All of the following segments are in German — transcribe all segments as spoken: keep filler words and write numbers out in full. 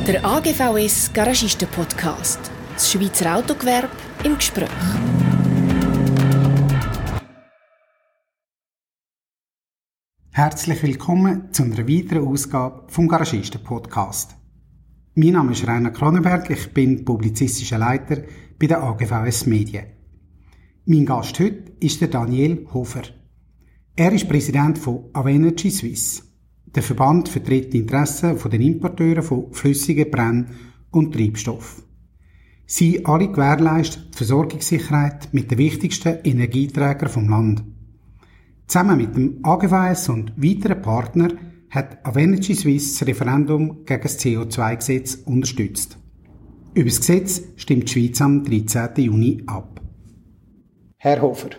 Der A G V S Garagisten-Podcast. Das Schweizer Autogewerbe im Gespräch. Herzlich willkommen zu einer weiteren Ausgabe vom Garagisten-Podcast. Mein Name ist Rainer Kronenberg, ich bin publizistischer Leiter bei der A G V S Medien. Mein Gast heute ist der Daniel Hofer. Er ist Präsident von Avenergy Suisse. Der Verband vertritt die Interessen der Importeure von flüssigen Brenn- und Treibstoff. Sie alle gewährleisten die Versorgungssicherheit mit den wichtigsten Energieträgern vom Land. Zusammen mit dem A G V S und weiteren Partnern hat Avenergy Suisse das Referendum gegen das C O zwei Gesetz unterstützt. Über das Gesetz stimmt die Schweiz am dreizehnten Juni ab. Herr Hofer,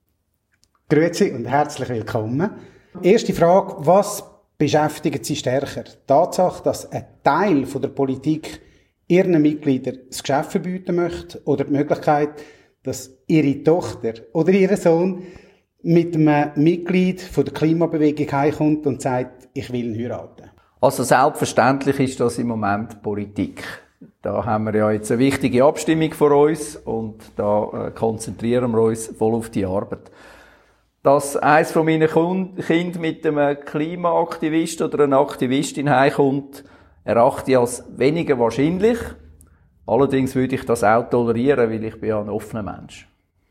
grüezi und herzlich willkommen. Erste Frage, was beschäftigt Sie stärker? Die Tatsache, dass ein Teil der Politik Ihren Mitgliedern das Geschäft verbieten möchte oder die Möglichkeit, dass Ihre Tochter oder Ihr Sohn mit einem Mitglied von der Klimabewegung heimkommt und sagt, ich will ihn heiraten? Also selbstverständlich ist das im Moment Politik. Da haben wir ja jetzt eine wichtige Abstimmung vor uns und da äh, konzentrieren wir uns voll auf die Arbeit. Dass eins von meinen Kindern mit einem Klimaaktivist oder einer Aktivistin heimkommt, erachte ich als weniger wahrscheinlich. Allerdings würde ich das auch tolerieren, weil ich bin ja ein offener Mensch.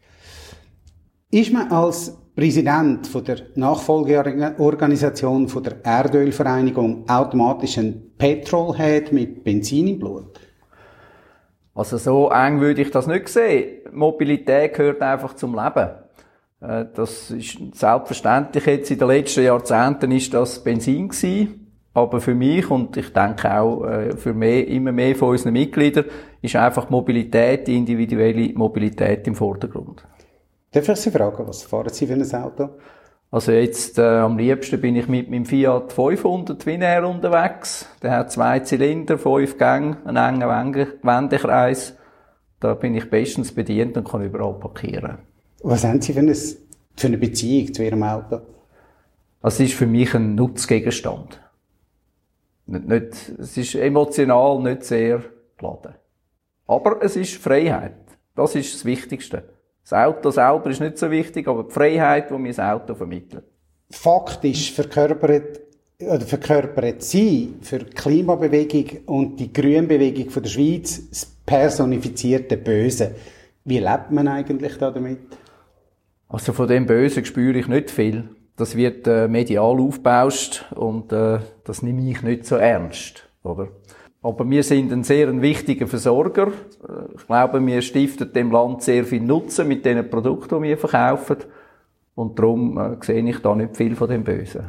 Ist man als Präsident von der Nachfolgeorganisation von der Erdölvereinigung automatisch ein Petrolhead mit Benzin im Blut? Also so eng würde ich das nicht sehen. Mobilität gehört einfach zum Leben. Das ist selbstverständlich. Jetzt in den letzten Jahrzehnten ist das Benzin gewesen. Aber für mich und ich denke auch für mehr, immer mehr von unseren Mitgliedern ist einfach Mobilität, die individuelle Mobilität im Vordergrund. Darf ich Sie fragen, was fahren Sie für ein Auto? Also jetzt äh, am liebsten bin ich mit meinem Fiat fünfhundert Twin Air unterwegs. Der hat zwei Zylinder, fünf Gänge, einen engen Wendekreis. Da bin ich bestens bedient und kann überall parkieren. Was haben Sie für eine, für eine Beziehung zu Ihrem Auto? Das ist für mich ein Nutzgegenstand. Nicht, nicht, es ist emotional nicht sehr geladen. Aber es ist Freiheit. Das ist das Wichtigste. Das Auto selber ist nicht so wichtig, aber die Freiheit, die mir das Auto vermittelt. Faktisch verkörpert, oder verkörpert Sie für die Klimabewegung und die Grünbewegung von der Schweiz das personifizierte Böse. Wie lebt man eigentlich da damit? Also von dem Bösen spüre ich nicht viel. Das wird äh, medial aufgebauscht und äh, das nehme ich nicht so ernst, oder? Aber wir sind ein sehr wichtiger Versorger. Ich glaube, wir stiften dem Land sehr viel Nutzen mit den Produkten, die wir verkaufen. Und darum äh, sehe ich da nicht viel von dem Bösen.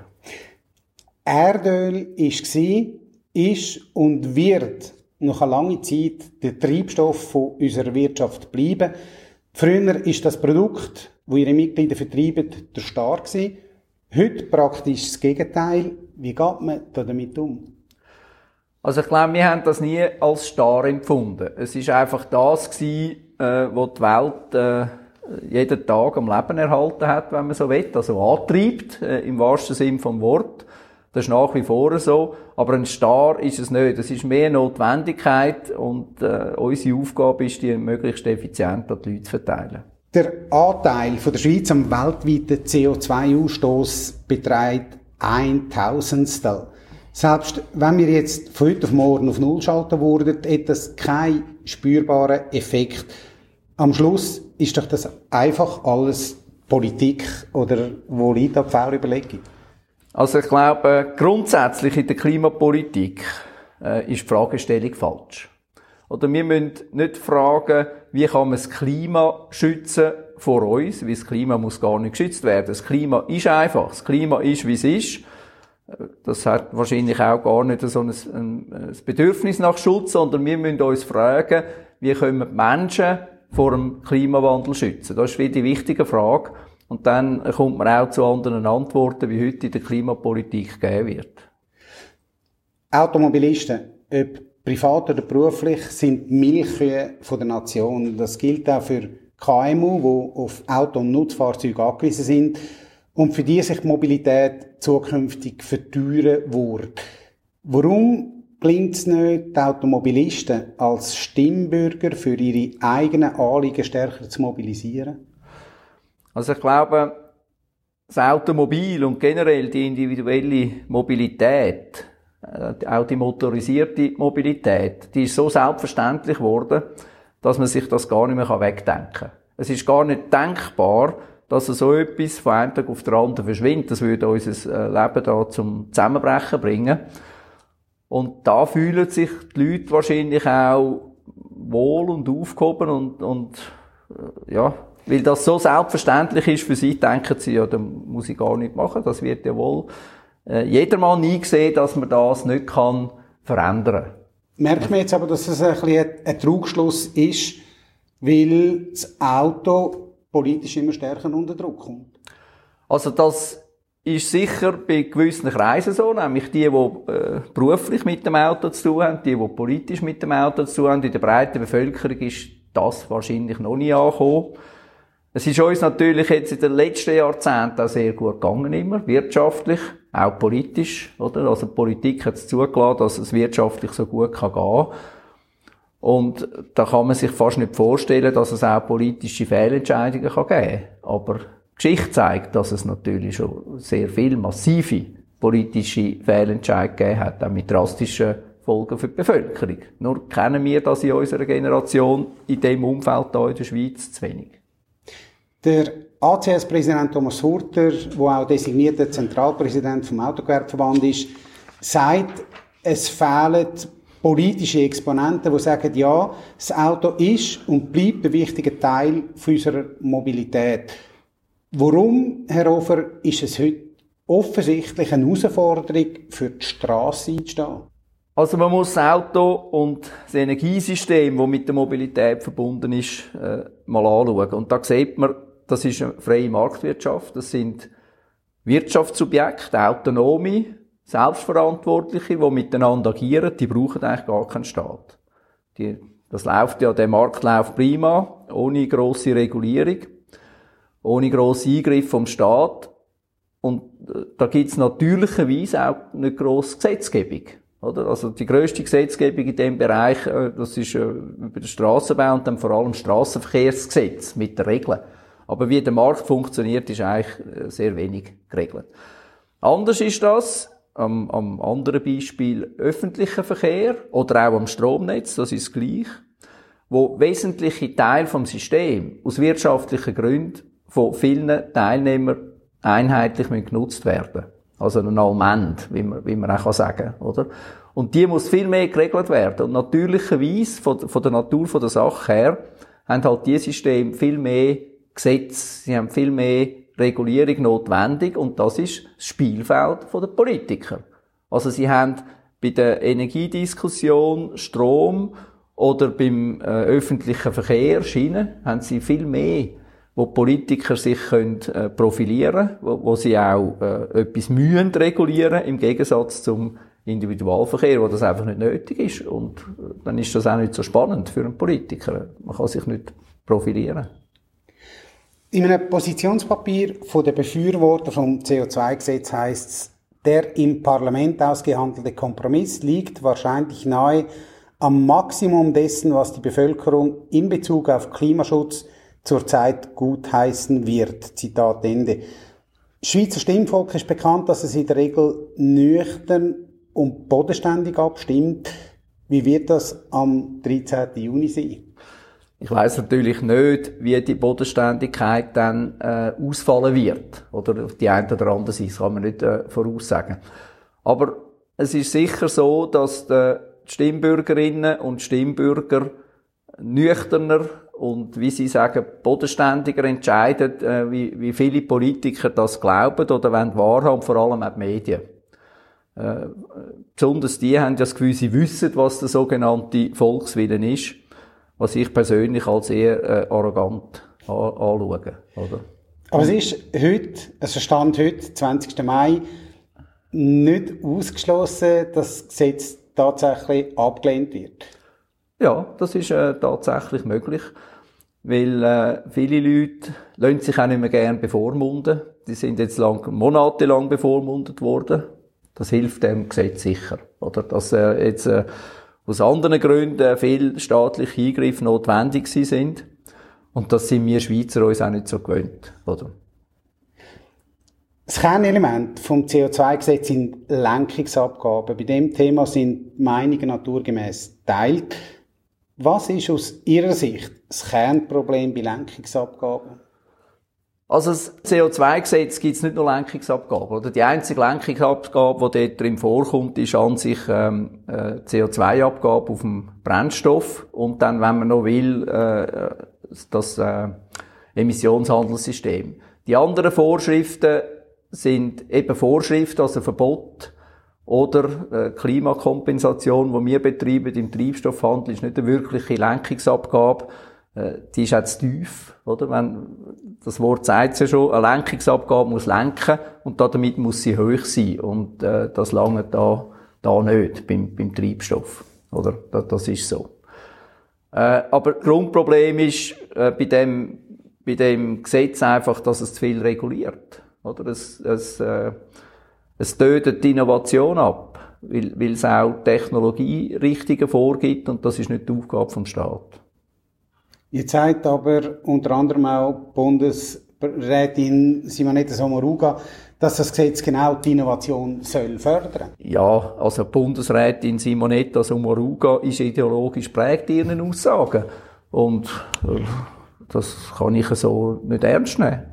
Erdöl war, ist und wird noch eine lange Zeit der Treibstoff von unserer Wirtschaft bleiben. Früher ist das Produkt, das Ihre Mitglieder vertreiben, der Star gewesen. Heute praktisch das Gegenteil. Wie geht man damit um? Also ich glaube, wir haben das nie als Star empfunden. Es ist einfach das gewesen, äh, was die Welt äh, jeden Tag am Leben erhalten hat, wenn man so will, also antreibt, äh, im wahrsten Sinn vom Wort. Das ist nach wie vor so. Aber ein Star ist es nicht. Es ist mehr Notwendigkeit und äh, unsere Aufgabe ist, die möglichst effizient an die Leute zu verteilen. Der Anteil von der Schweiz am weltweiten C O zwei Ausstoß beträgt ein Tausendstel. Selbst wenn wir jetzt von heute auf morgen auf Null schalten würden, hat das keinen spürbaren Effekt. Am Schluss ist doch das einfach alles Politik, oder wo liegt da die Fehlüberlegung? Also ich glaube, grundsätzlich in der Klimapolitik äh, ist die Fragestellung falsch. Oder wir müssen nicht fragen, wie kann man das Klima schützen vor uns, weil das Klima muss gar nicht geschützt werden. Das Klima ist einfach. Das Klima ist, wie es ist. Das hat wahrscheinlich auch gar nicht so ein, ein, ein Bedürfnis nach Schutz, sondern wir müssen uns fragen, wie können wir die Menschen vor dem Klimawandel schützen. Das ist wieder die wichtige Frage. Und dann kommt man auch zu anderen Antworten, wie heute in der Klimapolitik gegeben wird. Automobilisten, ob privat oder beruflich, sind die Milchkühe von der Nation. Das gilt auch für K M U, die auf Auto- und Nutzfahrzeuge angewiesen sind und für die sich die Mobilität zukünftig verteuern wird. Warum gelingt es nicht, die Automobilisten als Stimmbürger für ihre eigenen Anliegen stärker zu mobilisieren? Also ich glaube, das Automobil und generell die individuelle Mobilität, auch die motorisierte Mobilität, die ist so selbstverständlich geworden, dass man sich das gar nicht mehr wegdenken kann. Es ist gar nicht denkbar, dass so etwas von einem Tag auf den anderen verschwindet. Das würde unser Leben da zum Zusammenbrechen bringen. Und da fühlen sich die Leute wahrscheinlich auch wohl und aufgehoben und, und ja, weil das so selbstverständlich ist für sie, denken sie, ja, dann muss ich gar nichts machen. Das wird ja wohl äh, jedermann eingesehen, dass man das nicht kann verändern kann. Merkt man jetzt aber, dass es ein bisschen ein Trugschluss ist, weil das Auto politisch immer stärker unter Druck kommt? Also das ist sicher bei gewissen Kreisen so, nämlich die, die äh, beruflich mit dem Auto zu tun haben, die, die politisch mit dem Auto zu tun haben. In der breiten Bevölkerung ist das wahrscheinlich noch nie angekommen. Es ist uns natürlich jetzt in den letzten Jahrzehnten auch sehr gut gegangen, immer, wirtschaftlich, auch politisch, oder? Also die Politik hat es zugelassen, dass es wirtschaftlich so gut kann gehen. Und da kann man sich fast nicht vorstellen, dass es auch politische Fehlentscheidungen kann geben kann. Aber die Geschichte zeigt, dass es natürlich schon sehr viel massive politische Fehlentscheidungen gegeben hat, auch mit drastischen Folgen für die Bevölkerung. Nur kennen wir das in unserer Generation, in diesem Umfeld hier in der Schweiz, zu wenig. Der A C S-Präsident Thomas Furter, der auch designierter Zentralpräsident vom Autogewerbeverband ist, sagt, es fehlen politische Exponenten, die sagen, ja, das Auto ist und bleibt ein wichtiger Teil unserer Mobilität. Warum, Herr Hofer, ist es heute offensichtlich eine Herausforderung, für die Strasse einzustehen? Also man muss das Auto und das Energiesystem, das mit der Mobilität verbunden ist, äh, mal anschauen. Und da sieht man, das ist eine freie Marktwirtschaft. Das sind Wirtschaftssubjekte, Autonome, Selbstverantwortliche, die miteinander agieren. Die brauchen eigentlich gar keinen Staat. Die, das läuft ja, der Markt läuft prima, ohne grosse Regulierung, ohne grosse Eingriff vom Staat. Und äh, da gibt es natürlicherweise auch eine grosse Gesetzgebung. Oder? Also die grösste Gesetzgebung in diesem Bereich, das ist über den Strassenbau und dann vor allem Strassenverkehrsgesetz mit den Regeln. Aber wie der Markt funktioniert, ist eigentlich sehr wenig geregelt. Anders ist das am, am anderen Beispiel öffentlicher Verkehr oder auch am Stromnetz, das ist gleich, wo wesentliche Teile vom System aus wirtschaftlichen Gründen von vielen Teilnehmern einheitlich genutzt werden. Also ein Allmend, wie man, wie man auch sagen kann, oder? Und die muss viel mehr geregelt werden. Und natürlicherweise, von, von der Natur von der Sache her, haben halt die Systeme viel mehr Gesetze, sie haben viel mehr Regulierung notwendig, und das ist das Spielfeld der Politiker. Also sie haben bei der Energiediskussion Strom oder beim äh, öffentlichen Verkehr, Schienen, haben sie viel mehr, wo Politiker sich können, äh, profilieren können, wo, wo sie auch äh, etwas mühen regulieren, im Gegensatz zum Individualverkehr, wo das einfach nicht nötig ist. Und äh, dann ist das auch nicht so spannend für einen Politiker. Man kann sich nicht profilieren. In einem Positionspapier von den Befürwortern vom C O zwei Gesetz heisst es, der im Parlament ausgehandelte Kompromiss liegt wahrscheinlich nahe am Maximum dessen, was die Bevölkerung in Bezug auf Klimaschutz zurzeit gutheißen wird. Zitat Ende. Das Schweizer Stimmvolk ist bekannt, dass es in der Regel nüchtern und bodenständig abstimmt. Wie wird das am dreizehnten Juni sein? Ich weiss natürlich nicht, wie die Bodenständigkeit dann äh, ausfallen wird. Oder auf die eine oder andere Seite, das kann man nicht äh, voraussagen. Aber es ist sicher so, dass die Stimmbürgerinnen und Stimmbürger nüchterner und, wie sie sagen, bodenständiger entscheiden, äh, wie, wie viele Politiker das glauben oder wollen wahrhaben, vor allem auch die Medien. Äh, besonders die haben ja das Gefühl, sie wissen, was der sogenannte Volkswillen ist, was ich persönlich als eher äh, arrogant an, anschaue. Oder? Aber es ist heute, also Stand heute, zwanzigsten Mai, nicht ausgeschlossen, dass das Gesetz tatsächlich abgelehnt wird. Ja, das ist äh, tatsächlich möglich, weil äh, viele Leute lassen sich auch nicht mehr gern bevormunden. Die sind jetzt lang, monatelang bevormundet worden. Das hilft dem Gesetz sicher. Oder? Dass äh, jetzt äh, aus anderen Gründen viel staatliche Eingriffe notwendig sind. Und das sind wir Schweizer uns auch nicht so gewöhnt. Oder? Das Kernelement vom C O zwei Gesetz sind Lenkungsabgaben. Bei dem Thema sind die Meinungen naturgemäß geteilt. Was ist aus Ihrer Sicht das Kernproblem bei Lenkungsabgaben? Also das C O zwei Gesetz gibt es nicht nur Lenkungsabgaben. Oder? Die einzige Lenkungsabgabe, die dort drin vorkommt, ist an sich ähm, äh, C O zwei Abgabe auf dem Brennstoff und dann, wenn man noch will, äh, das äh, Emissionshandelssystem. Die anderen Vorschriften sind eben Vorschriften, also Verbot oder äh, Klimakompensation, die wir betreiben im Treibstoffhandel, ist nicht eine wirkliche Lenkungsabgabe. Äh, die ist auch zu tief, oder? Wenn, das Wort sagt es ja schon, eine Lenkungsabgabe muss lenken und damit muss sie hoch sein. Und äh, das lange da, da nicht beim, beim Treibstoff, oder? Das, das ist so. Äh, aber das Grundproblem ist äh, bei dem, bei dem Gesetz einfach, dass es zu viel reguliert. Oder? Es, es, äh, es tötet die Innovation ab, weil, weil es auch Technologierichtungen vorgibt und das ist nicht die Aufgabe vom Staat. Jetzt sagt aber unter anderem auch Bundesrätin Simonetta Sommaruga, dass das Gesetz genau die Innovation soll fördern. Ja, also Bundesrätin Simonetta Sommaruga ist ideologisch prägt in ihren Aussagen und äh, das kann ich so nicht ernst nehmen.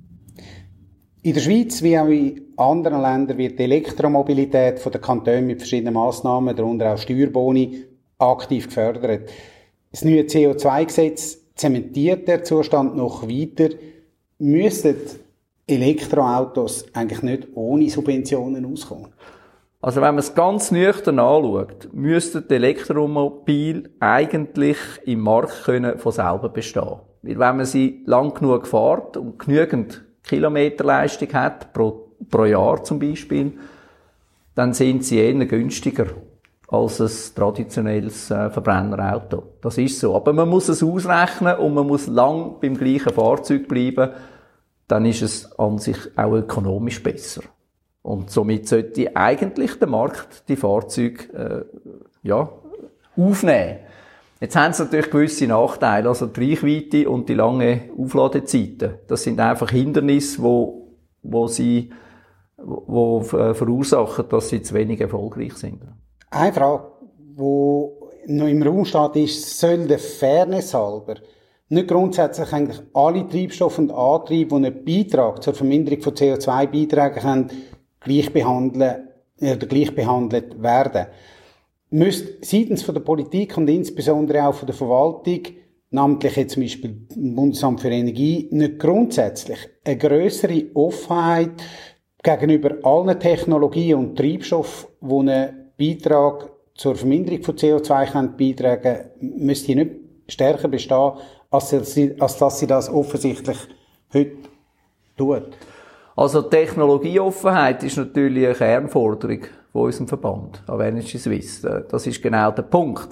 In der Schweiz wie auch in anderen Ländern wird die Elektromobilität von den Kantonen mit verschiedenen Massnahmen, darunter auch Steuerboni, aktiv gefördert. Das neue C O zwei Gesetz zementiert der Zustand noch weiter. Müssten Elektroautos eigentlich nicht ohne Subventionen auskommen? Also wenn man es ganz nüchtern anschaut, müssten die Elektromobile eigentlich im Markt können von selber bestehen. Weil wenn man sie lang genug fährt und genügend Kilometerleistung hat, pro, pro Jahr zum Beispiel, dann sind sie eher günstiger als ein traditionelles äh, Verbrennerauto. Das ist so. Aber man muss es ausrechnen und man muss lang beim gleichen Fahrzeug bleiben. Dann ist es an sich auch ökonomisch besser. Und somit sollte eigentlich der Markt die Fahrzeuge äh, ja, aufnehmen. Jetzt haben sie natürlich gewisse Nachteile, also die Reichweite und die lange Aufladezeiten. Das sind einfach Hindernisse, wo, wo sie wo, wo verursachen, dass sie zu wenig erfolgreich sind. Eine Frage, die noch im Raum steht, ist, soll der Fairness halber nicht grundsätzlich eigentlich alle Treibstoffe und Antriebe, die einen Beitrag zur Verminderung von C O zwei beitragen können, gleich behandeln, oder gleich behandelt werden? Müsste seitens von der Politik und insbesondere auch von der Verwaltung, namentlich jetzt zum Beispiel im Bundesamt für Energie, nicht grundsätzlich eine grössere Offenheit gegenüber allen Technologien und Treibstoffen, die einen Beitrag zur Verminderung von C O zwei können beitragen, müsste die nicht stärker bestehen, als, sie, als dass sie das offensichtlich heute tut? Also Technologieoffenheit ist natürlich eine Kernforderung von unserem Verband, an Energy Suisse. Das ist genau der Punkt.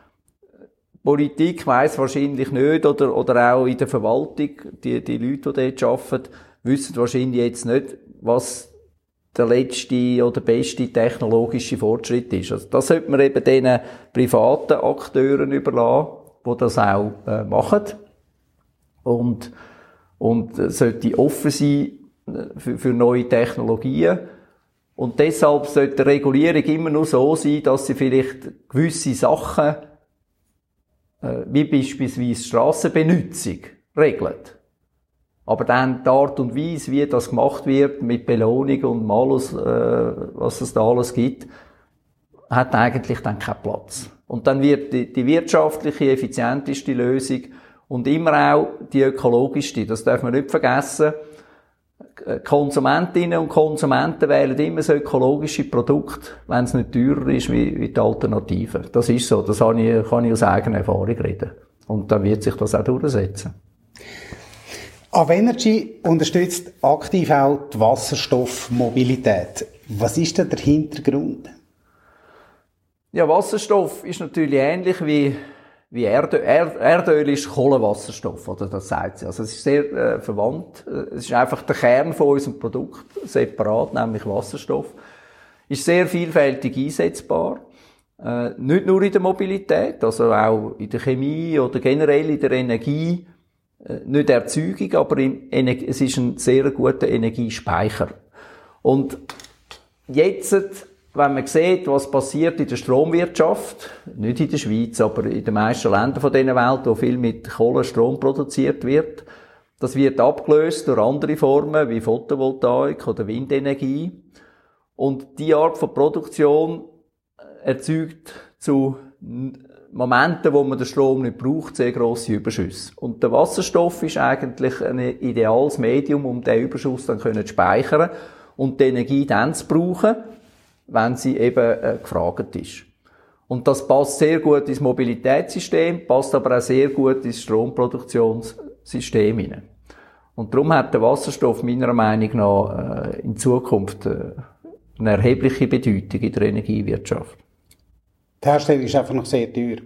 Die Politik weiss wahrscheinlich nicht, oder, oder auch in der Verwaltung, die, die Leute, die dort arbeiten, wissen wahrscheinlich jetzt nicht, was der letzte oder beste technologische Fortschritt ist. Also das sollte man eben diesen privaten Akteuren überlassen, die das auch äh, machen. Und, und äh, sollte offen sein für, für neue Technologien. Und deshalb sollte die Regulierung immer nur so sein, dass sie vielleicht gewisse Sachen, äh, wie beispielsweise Strassenbenutzung, regelt. Aber dann die Art und Weise, wie das gemacht wird, mit Belohnung und Malus, äh, was es da alles gibt, hat eigentlich dann keinen Platz. Und dann wird die, die wirtschaftliche, effizienteste Lösung und immer auch die ökologischste, das darf man nicht vergessen. Konsumentinnen und Konsumenten wählen immer so ökologische Produkte, wenn es nicht teurer ist wie, wie die Alternativen. Das ist so, das kann ich, kann ich aus eigener Erfahrung reden. Und dann wird sich das auch durchsetzen. Avenergy unterstützt aktiv auch die Wasserstoffmobilität. Was ist denn der Hintergrund? Ja, Wasserstoff ist natürlich ähnlich wie, wie Erdöl. Erdöl ist Kohlenwasserstoff, oder? Das sagt sie. Also es ist sehr äh, verwandt. Es ist einfach der Kern von unserem Produkt, separat, nämlich Wasserstoff. ist sehr vielfältig einsetzbar. Äh, nicht nur in der Mobilität, also auch in der Chemie oder generell in der Energie. Äh, nicht Erzeugung, aber in Ener- es ist ein sehr guter Energiespeicher. Und jetzt, wenn man sieht, was passiert in der Stromwirtschaft, nicht in der Schweiz, aber in den meisten Ländern von dieser Welt, wo viel mit Kohle Strom produziert wird, das wird abgelöst durch andere Formen wie Photovoltaik oder Windenergie. Und diese Art von Produktion erzeugt zu Momenten, wo man den Strom nicht braucht, sehr grosse Überschüsse. Und der Wasserstoff ist eigentlich ein ideales Medium, um diesen Überschuss dann zu speichern und die Energie dann zu brauchen, wenn sie eben äh, gefragt ist. Und das passt sehr gut ins Mobilitätssystem, passt aber auch sehr gut ins Stromproduktionssystem hinein. Und darum hat der Wasserstoff meiner Meinung nach äh, in Zukunft äh, eine erhebliche Bedeutung in der Energiewirtschaft. Die Herstellung ist einfach noch sehr teuer.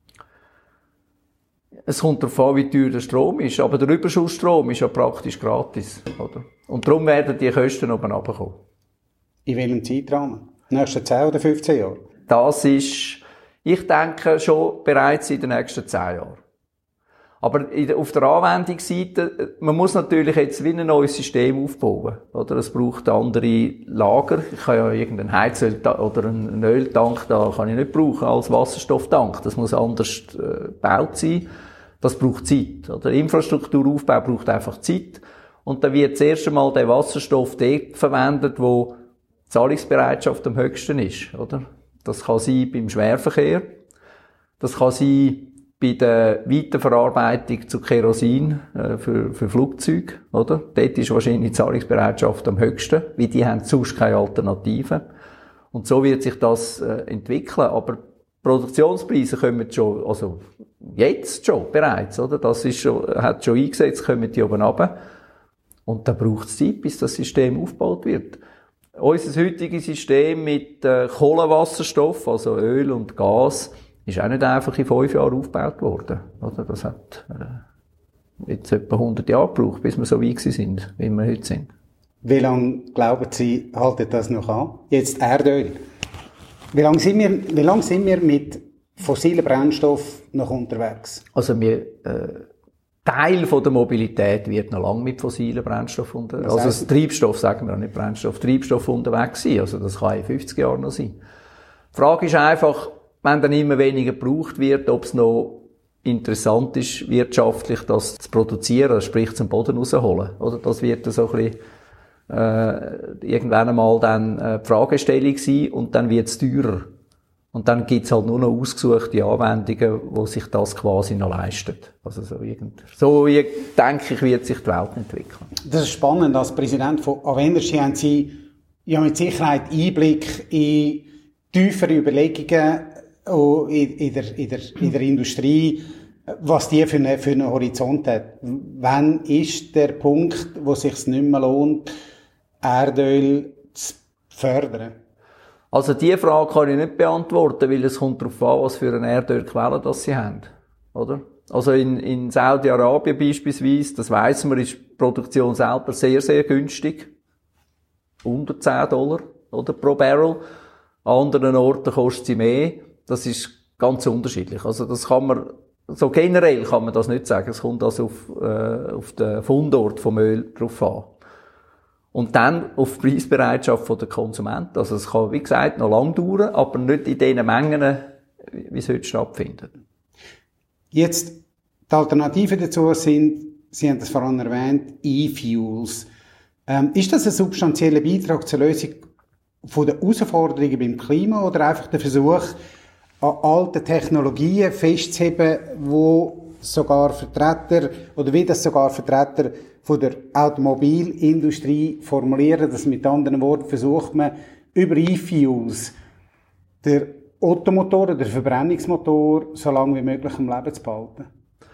Es kommt darauf an, wie teuer der Strom ist, aber der Überschussstrom ist ja praktisch gratis, oder? Und darum werden die Kosten oben runterkommen. In welchem Zeitrahmen? Nächsten zehn oder fünfzehn Jahren? Das ist, ich denke, schon bereits in den nächsten zehn Jahren. Aber auf der Anwendungsseite, man muss natürlich jetzt wie ein neues System aufbauen, oder? Es braucht andere Lager. Ich kann ja irgendeinen Heizöl oder einen Öltank, da kann ich nicht brauchen als Wasserstofftank. Das muss anders äh, gebaut sein. Das braucht Zeit, oder? Infrastrukturaufbau braucht einfach Zeit. Und dann wird das erste Mal der Wasserstoff dort verwendet, wo die Zahlungsbereitschaft am höchsten ist, oder? Das kann sein beim Schwerverkehr. Das kann sein bei der Weiterverarbeitung zu Kerosin äh, für, für Flugzeuge, oder? Dort ist wahrscheinlich die Zahlungsbereitschaft am höchsten, weil die haben sonst keine Alternativen. Und so wird sich das äh, entwickeln. Aber Produktionspreise kommen schon, also jetzt schon bereits, oder? Das ist schon, hat schon eingesetzt, kommen die oben runter. Und dann braucht es Zeit, bis das System aufgebaut wird. Unser heutiges System mit äh, Kohlenwasserstoff, also Öl und Gas, ist auch nicht einfach in fünf Jahren aufgebaut worden. Oder? Das hat äh, jetzt etwa hundert Jahre gebraucht, bis wir so weit sind, wie wir heute sind. Wie lange, glauben Sie, haltet das noch an? Jetzt Erdöl. Wie lange sind wir, wie lange sind wir mit fossilen Brennstoffen noch unterwegs? Also wir, äh, Teil von der Mobilität wird noch lange mit fossilen Brennstoffen unterwegs sein. Also das Treibstoff, sagen wir nicht Brennstoff, Treibstoff unterwegs sein. Also das kann in fünfzig Jahren noch sein. Die Frage ist einfach, wenn dann immer weniger gebraucht wird, ob es noch interessant ist, wirtschaftlich das zu produzieren, sprich zum Boden rausholen. Oder das wird so ein bisschen, äh, irgendwann einmal dann äh, die Fragestellung sein und dann wird es teurer. Und dann gibt's halt nur noch ausgesuchte Anwendungen, wo sich das quasi noch leistet. Also so irgend, so denke ich, wird sich die Welt entwickeln. Das ist spannend. Als Präsident von Avendergy haben Sie ja mit Sicherheit Einblick in tiefere Überlegungen in, in, der, in, der, in der Industrie, was die für einen, für einen Horizont hat. Wann ist der Punkt, wo es sich nicht mehr lohnt, Erdöl zu fördern? Also diese Frage kann ich nicht beantworten, weil es kommt darauf an, was für eine Erdölquelle das sie haben, oder? Also in, in Saudi-Arabien beispielsweise, das weiss man, ist die Produktion selber sehr, sehr günstig. Unter zehn Dollar, oder, pro Barrel. An anderen Orten kostet sie mehr. Das ist ganz unterschiedlich. Also das kann man, so generell kann man das nicht sagen. Es kommt also auf, äh, auf den Fundort vom Öl drauf an. Und dann auf die Preisbereitschaft der Konsumenten. Also es kann, wie gesagt, noch lang dauern, aber nicht in den Mengen, wie es heute stattfindet. Jetzt, die Alternativen dazu sind, Sie haben das vorhin erwähnt, E-Fuels. Ähm, ist das ein substanzieller Beitrag zur Lösung von der Herausforderungen beim Klima oder einfach der Versuch, an alten Technologien festzuheben, wo sogar Vertreter, oder wie das sogar Vertreter von der Automobilindustrie formulieren, dass mit anderen Worten versucht man, über E-Fuels den Ottomotor oder den Verbrennungsmotor so lange wie möglich am Leben zu behalten?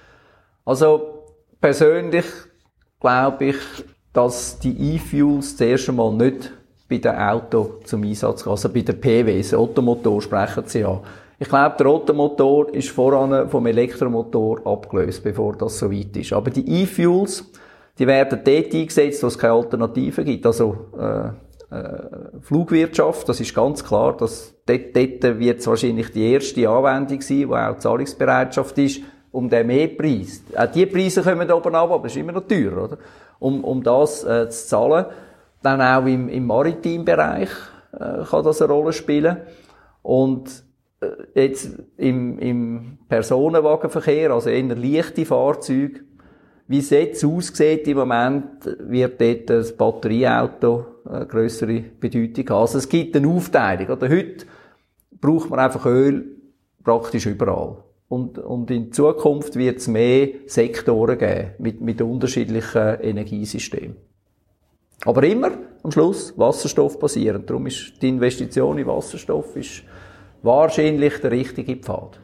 Also, persönlich glaube ich, dass die E-Fuels zuerst einmal nicht bei den Autos zum Einsatz kommen, also bei den P Ws, Ottomotor sprechen sie an. Ich glaube, der Ottomotor ist voran vom Elektromotor abgelöst, bevor das so weit ist. Aber die E-Fuels, die werden dort eingesetzt, wo es keine Alternativen gibt. Also, äh, äh, Flugwirtschaft. Das ist ganz klar, dass dort, dort wird es wahrscheinlich die erste Anwendung sein, wo auch Zahlungsbereitschaft ist, um den Mehrpreis. Auch die Preise kommen da oben ab, aber es ist immer noch teurer, oder? Um, um das äh, zu zahlen. Dann auch im, im Maritimbereich äh, kann das eine Rolle spielen. Und äh, jetzt im, im Personenwagenverkehr, also eher leichte Fahrzeuge, wie es jetzt aussieht im Moment, wird dort das Batterieauto eine grössere Bedeutung haben. Also es gibt eine Aufteilung. Oder? Heute braucht man einfach Öl praktisch überall. Und, und in Zukunft wird es mehr Sektoren geben mit, mit unterschiedlichen Energiesystemen. Aber immer am Schluss Wasserstoff basierend. Darum ist die Investition in Wasserstoff ist wahrscheinlich der richtige Pfad.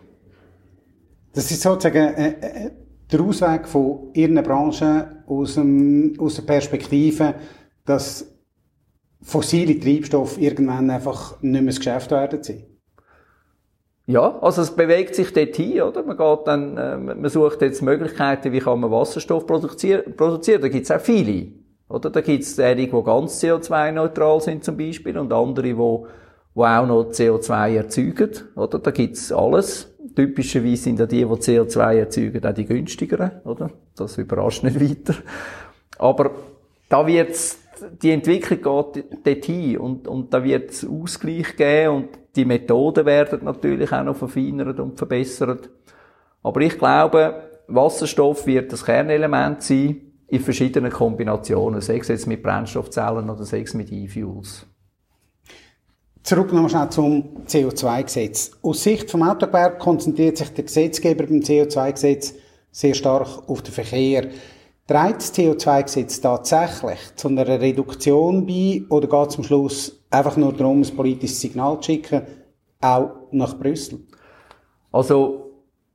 Das ist sozusagen äh, äh, der Ausweg von Ihren Branchen aus, dem, aus der Perspektive, dass fossile Treibstoffe irgendwann einfach nicht mehr das Geschäft werden sein. Ja, also es bewegt sich dorthin, oder? Man geht dann, äh, man sucht jetzt Möglichkeiten, wie kann man Wasserstoff produzieren. produzieren. Da gibt's auch viele, oder? Da gibt's derige, die ganz C O zwei neutral sind zum Beispiel und andere, die, die auch noch C O zwei erzeugen, oder? Da gibt's alles. Typischerweise sind ja die, die C O zwei erzeugen, auch die günstigeren, oder? Das überrascht nicht weiter. Aber da wird's, die Entwicklung geht dorthin und, und da wird es Ausgleich geben und die Methoden werden natürlich auch noch verfeinert und verbessert. Aber ich glaube, Wasserstoff wird das Kernelement sein in verschiedenen Kombinationen, sei es jetzt mit Brennstoffzellen oder sei es mit E-Fuels. Zurück nochmal schnell zum C O zwei Gesetz. Aus Sicht vom Autogewerbe konzentriert sich der Gesetzgeber beim C O zwei Gesetz sehr stark auf den Verkehr. Trägt das C O zwei Gesetz tatsächlich zu einer Reduktion bei oder geht es am Schluss einfach nur darum, ein politisches Signal zu schicken, auch nach Brüssel? Also,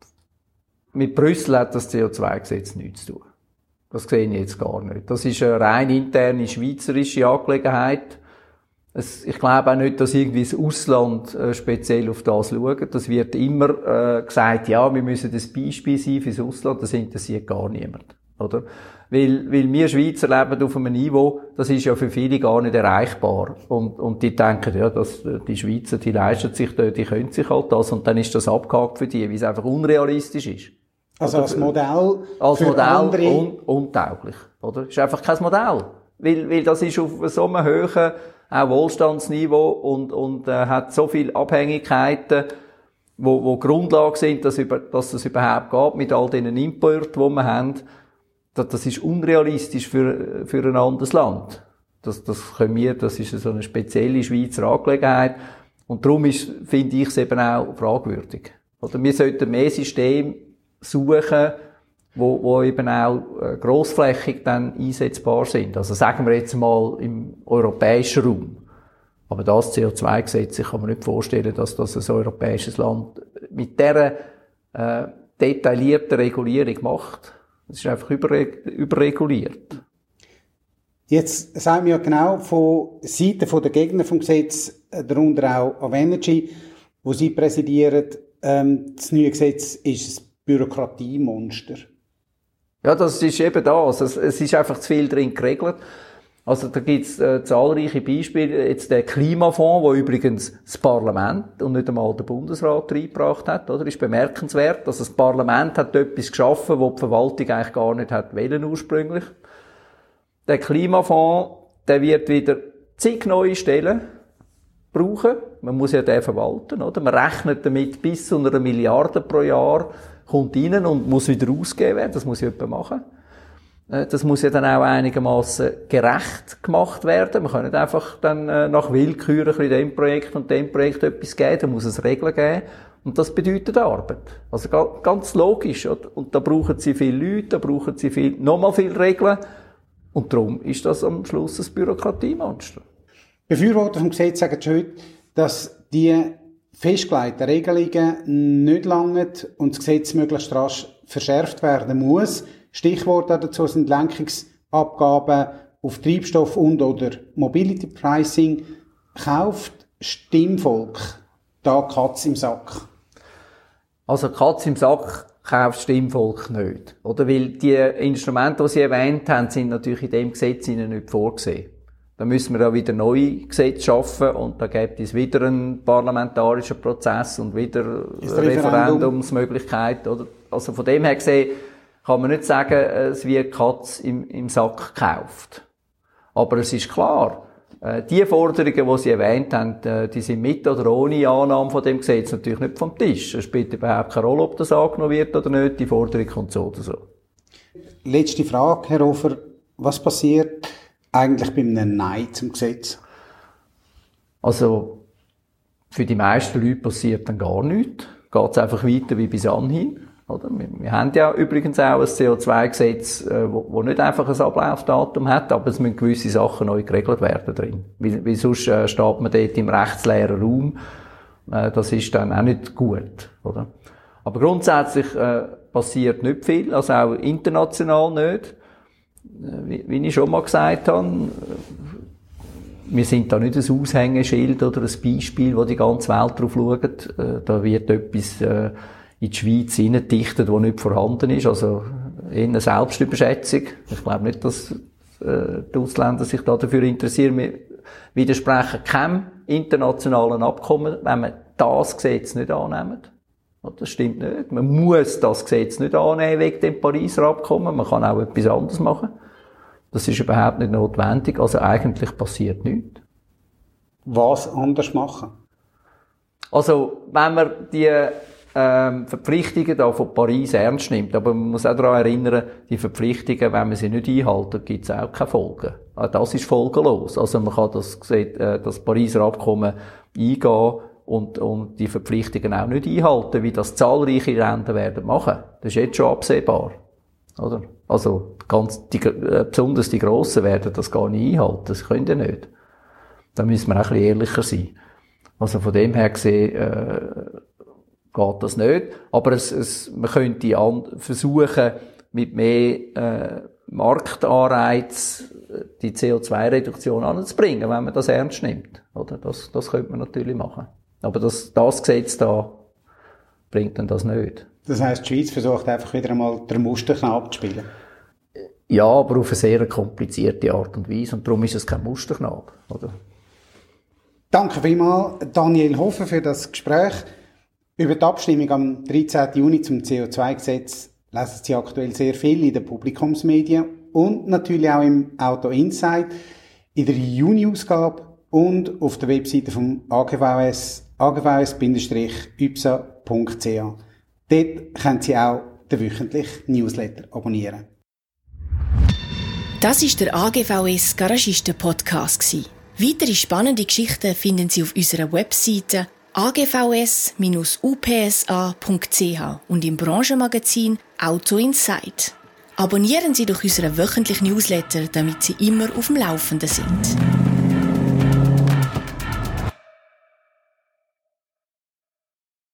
mit Brüssel hat das C O zwei Gesetz nichts zu tun. Das sehe ich jetzt gar nicht. Das ist eine rein interne schweizerische Angelegenheit. Es, ich glaube auch nicht, dass irgendwie das Ausland äh, speziell auf das schaut. Das wird immer äh, gesagt, ja, wir müssen das Beispiel sein fürs Ausland, das interessiert gar niemand. Oder? Weil, weil wir Schweizer leben auf einem Niveau, das ist ja für viele gar nicht erreichbar. Und, und die denken, ja, das, die Schweizer, die leisten sich da, die können sich halt das, und dann ist das abgehakt für die, weil es einfach unrealistisch ist. Also oder? als Modell als für Modell andere un, untauglich, oder? Ist einfach kein Modell. Weil, weil das ist auf so einem hohen, auch Wohlstandsniveau und, und, äh, hat so viele Abhängigkeiten, wo, wo Grundlage sind, dass, über, dass das überhaupt geht, mit all diesen Importen, die wir haben. Das ist unrealistisch für, für ein anderes Land. Das, das können wir, das ist so eine spezielle Schweizer Angelegenheit. Und darum ist, finde ich es eben auch fragwürdig. Oder wir sollten mehr Systeme suchen, wo, wo eben auch grossflächig dann einsetzbar sind. Also sagen wir jetzt mal im europäischen Raum. Aber das C O zwei Gesetz, ich kann mir nicht vorstellen, dass das ein europäisches Land mit dieser äh, detaillierten Regulierung macht. Es ist einfach überre- überreguliert. Jetzt sagen wir ja genau von Seiten der Gegner vom Gesetz, darunter auch Avenergy, wo Sie präsidieren, ähm, das neue Gesetz ist ein Bürokratiemonster. Ja, das ist eben das. Es, es ist einfach zu viel drin geregelt. Also da gibt's äh, zahlreiche Beispiele. Jetzt der Klimafonds, wo übrigens das Parlament und nicht einmal der Bundesrat reingebracht hat, oder, ist bemerkenswert. Also das Parlament hat etwas geschaffen, was die Verwaltung eigentlich gar nicht hat wollen ursprünglich. Der Klimafonds, der wird wieder zig neue Stellen brauchen. Man muss ja den verwalten, oder? Man rechnet damit bis zu einer Milliarde pro Jahr kommt rein und muss wieder ausgegeben werden. Das muss ja jemand machen. Das muss ja dann auch einigermaßen gerecht gemacht werden. Man kann nicht einfach dann nach Willkür ein bisschen dem Projekt und dem Projekt etwas geben. Da muss es Regeln geben. Und das bedeutet Arbeit. Also ganz logisch. Und da brauchen sie viele Leute, da brauchen sie viel, nochmal viele Regeln. Und darum ist das am Schluss ein Bürokratiemonster. Befürworter vom Gesetz sagen schon heute, dass die festgelegten Regelungen nicht langen und das Gesetz möglichst rasch verschärft werden muss. Stichwort dazu sind Lenkungsabgaben auf Treibstoff und oder Mobility Pricing. Kauft Stimmvolk da Katz im Sack? Also Katz im Sack kauft Stimmvolk nicht. Oder? Weil die Instrumente, die Sie erwähnt haben, sind natürlich in dem Gesetz nicht vorgesehen. dann müssen wir da wieder neue Gesetze schaffen und da gibt es wieder einen parlamentarischen Prozess und wieder eine Referendumsmöglichkeit, oder? Also von dem her gesehen kann man nicht sagen, es wird Katz im, im Sack gekauft. Aber es ist klar, die Forderungen, die Sie erwähnt haben, die sind mit oder ohne Annahme von dem Gesetz natürlich nicht vom Tisch. Es spielt überhaupt keine Rolle, ob das angenommen wird oder nicht. Die Forderung kommt so oder so. Letzte Frage, Herr Hofer. Was passiert eigentlich bei einem Nein zum Gesetz? Also, für die meisten Leute passiert dann gar nichts. Geht es einfach weiter wie bis anhin. Oder? Wir, wir haben ja übrigens auch ein C O zwei Gesetz, äh, wo, wo nicht einfach ein Ablaufdatum hat, aber es müssen gewisse Sachen neu geregelt werden drin. Weil, weil sonst äh, steht man dort im rechtsleeren Raum. Äh, das ist dann auch nicht gut. Oder? Aber grundsätzlich äh, passiert nicht viel, also auch international nicht. Äh, wie, wie ich schon mal gesagt habe, wir sind da nicht ein Aushängeschild oder ein Beispiel, wo die ganze Welt drauf schaut. Äh, da wird etwas äh, in die Schweiz hineingedichtet, das nicht vorhanden ist. Also eher eine Selbstüberschätzung. Ich glaube nicht, dass äh, die Ausländer sich da dafür interessieren. Wir widersprechen keinem internationalen Abkommen, wenn man das Gesetz nicht annimmt. Das stimmt nicht. Man muss das Gesetz nicht annehmen wegen dem Pariser Abkommen. Man kann auch etwas anderes machen. Das ist überhaupt nicht notwendig. Also eigentlich passiert nichts. Was anders machen? Also, wenn man die ähm, Verpflichtungen da von Paris ernst nimmt, aber man muss auch daran erinnern, die Verpflichtungen, wenn man sie nicht einhält, gibt es auch keine Folgen. Auch das ist folgenlos. Also man kann das, äh, das Pariser Abkommen eingehen und, und die Verpflichtungen auch nicht einhalten, wie das zahlreiche Länder werden machen. Das ist jetzt schon absehbar. Oder? Also ganz, die, äh, besonders die Grossen werden das gar nicht einhalten. Das können die nicht. Da müssen wir auch ein bisschen ehrlicher sein. Also von dem her gesehen, äh, geht das nicht. Aber es, es, man könnte an, versuchen, mit mehr äh, Marktanreiz die C O zwei Reduktion anzubringen, wenn man das ernst nimmt. Oder? Das, das könnte man natürlich machen. Aber das, das Gesetz da bringt dann das nicht. Das heisst, die Schweiz versucht einfach wieder einmal den Musterknabe zu spielen? Ja, aber auf eine sehr komplizierte Art und Weise. Und darum ist es kein Musterknabe. Oder? Danke vielmals, Daniel Hofer, für das Gespräch. Über die Abstimmung am dreizehnten Juni zum C O zwei Gesetz lesen Sie aktuell sehr viel in den Publikumsmedien und natürlich auch im Auto Insight, in der Juni-Ausgabe und auf der Webseite vom A G V S, a g v s Bindestrich y p s a punkt c a. Dort können Sie auch den wöchentlichen Newsletter abonnieren. Das war der A G V S Garagisten Podcast. Weitere spannende Geschichten finden Sie auf unserer Webseite a g v s Bindestrich u p s a punkt c h und im Branchenmagazin Auto Insight. Abonnieren Sie doch unseren wöchentlichen Newsletter, damit Sie immer auf dem Laufenden sind.